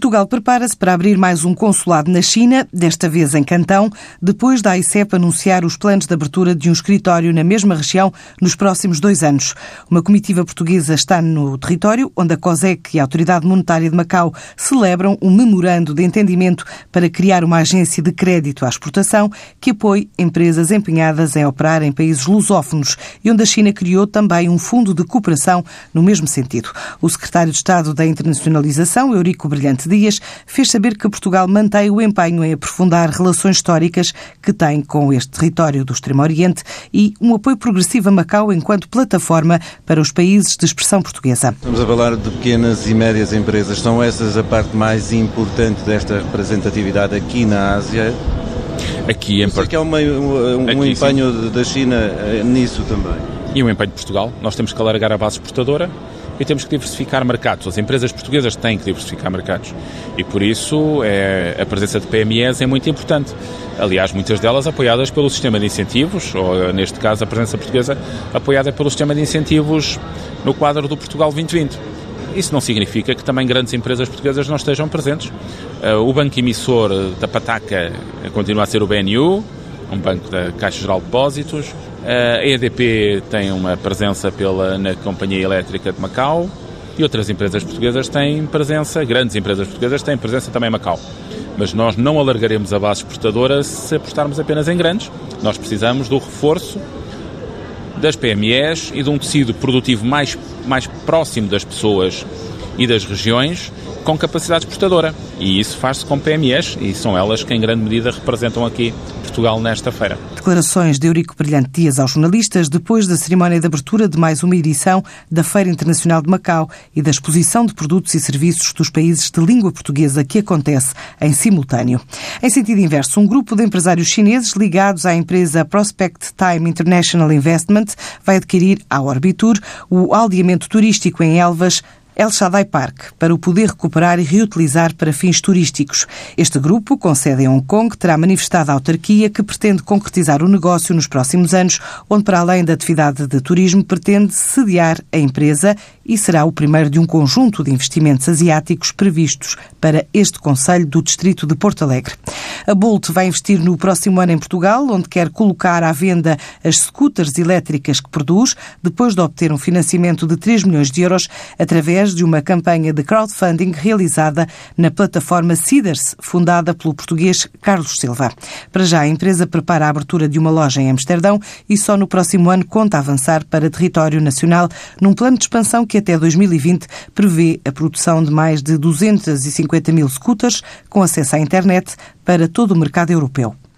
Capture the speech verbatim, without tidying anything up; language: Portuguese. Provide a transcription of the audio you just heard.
Portugal prepara-se para abrir mais um consulado na China, desta vez em Cantão, depois da AICEP anunciar os planos de abertura de um escritório na mesma região nos próximos dois anos. Uma comitiva portuguesa está no território, onde a COSEC e a Autoridade Monetária de Macau celebram um memorando de entendimento para criar uma agência de crédito à exportação que apoie empresas empenhadas em operar em países lusófonos e onde a China criou também um fundo de cooperação no mesmo sentido. O secretário de Estado da Internacionalização, Eurico Brilhante Dias, fez saber que Portugal mantém o empenho em aprofundar relações históricas que tem com este território do Extremo Oriente e um apoio progressivo a Macau enquanto plataforma para os países de expressão portuguesa. Estamos a falar de pequenas e médias empresas. São essas a parte mais importante desta representatividade aqui na Ásia? Aqui em part... que há uma, um, um aqui, empenho sim. da China nisso também. E um empenho de Portugal. Nós temos que alargar a base exportadora e temos que diversificar mercados. As empresas portuguesas têm que diversificar mercados. E por isso é, a presença de P M Es é muito importante. Aliás, muitas delas apoiadas pelo sistema de incentivos, ou neste caso a presença portuguesa apoiada pelo sistema de incentivos no quadro do Portugal vinte vinte. Isso não significa que também grandes empresas portuguesas não estejam presentes. O banco emissor da pataca continua a ser o B N U, um banco da Caixa Geral de Depósitos. A E D P tem uma presença pela, na Companhia Elétrica de Macau e outras empresas portuguesas têm presença, grandes empresas portuguesas têm presença também em Macau. Mas nós não alargaremos a base exportadora se apostarmos apenas em grandes. Nós precisamos do reforço das P M Es e de um tecido produtivo mais, mais próximo das pessoas e das regiões com capacidade exportadora. E isso faz-se com P M Es e são elas que em grande medida representam aqui Portugal nesta feira. Declarações de Eurico Brilhante Dias aos jornalistas depois da cerimónia de abertura de mais uma edição da Feira Internacional de Macau e da exposição de produtos e serviços dos países de língua portuguesa que acontece em simultâneo. Em sentido inverso, um grupo de empresários chineses ligados à empresa Prospect Time International Investment vai adquirir a Orbitur o aldeamento turístico em Elvas El Shaddai Park, para o poder recuperar e reutilizar para fins turísticos. Este grupo, com sede em Hong Kong, terá manifestado à autarquia que pretende concretizar o negócio nos próximos anos, onde, para além da atividade de turismo, pretende sediar a empresa e será o primeiro de um conjunto de investimentos asiáticos previstos para este concelho do distrito de Porto Alegre. A Bolt vai investir no próximo ano em Portugal, onde quer colocar à venda as scooters elétricas que produz, depois de obter um financiamento de três milhões de euros através de uma campanha de crowdfunding realizada na plataforma Seedrs, fundada pelo português Carlos Silva. Para já, a empresa prepara a abertura de uma loja em Amsterdão e só no próximo ano conta avançar para território nacional num plano de expansão que até dois mil e vinte prevê a produção de mais de duzentos e cinquenta mil scooters com acesso à internet para todo o mercado europeu.